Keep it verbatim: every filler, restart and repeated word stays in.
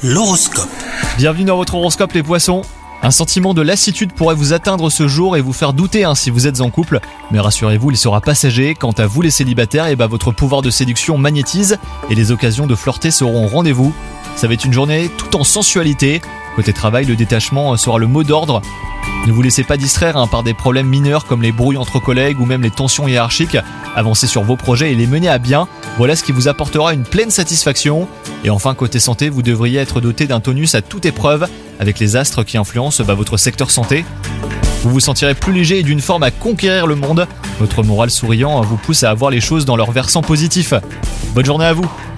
L'horoscope. Bienvenue dans votre horoscope les poissons. Un sentiment de lassitude pourrait vous atteindre ce jour et vous faire douter hein, si vous êtes en couple. Mais rassurez-vous, il sera passager. Quant à vous les célibataires, et bah, votre pouvoir de séduction magnétise et les occasions de flirter seront au rendez-vous. Ça va être une journée tout en sensualité. Côté travail, le détachement sera le mot d'ordre. Ne vous laissez pas distraire hein, par des problèmes mineurs comme les brouilles entre collègues ou même les tensions hiérarchiques. Avancez sur vos projets et les menez à bien. Voilà ce qui vous apportera une pleine satisfaction. Et enfin, côté santé, vous devriez être doté d'un tonus à toute épreuve avec les astres qui influencent bah, votre secteur santé. Vous vous sentirez plus léger et d'une forme à conquérir le monde. Votre moral souriant vous pousse à voir les choses dans leur versant positif. Bonne journée à vous!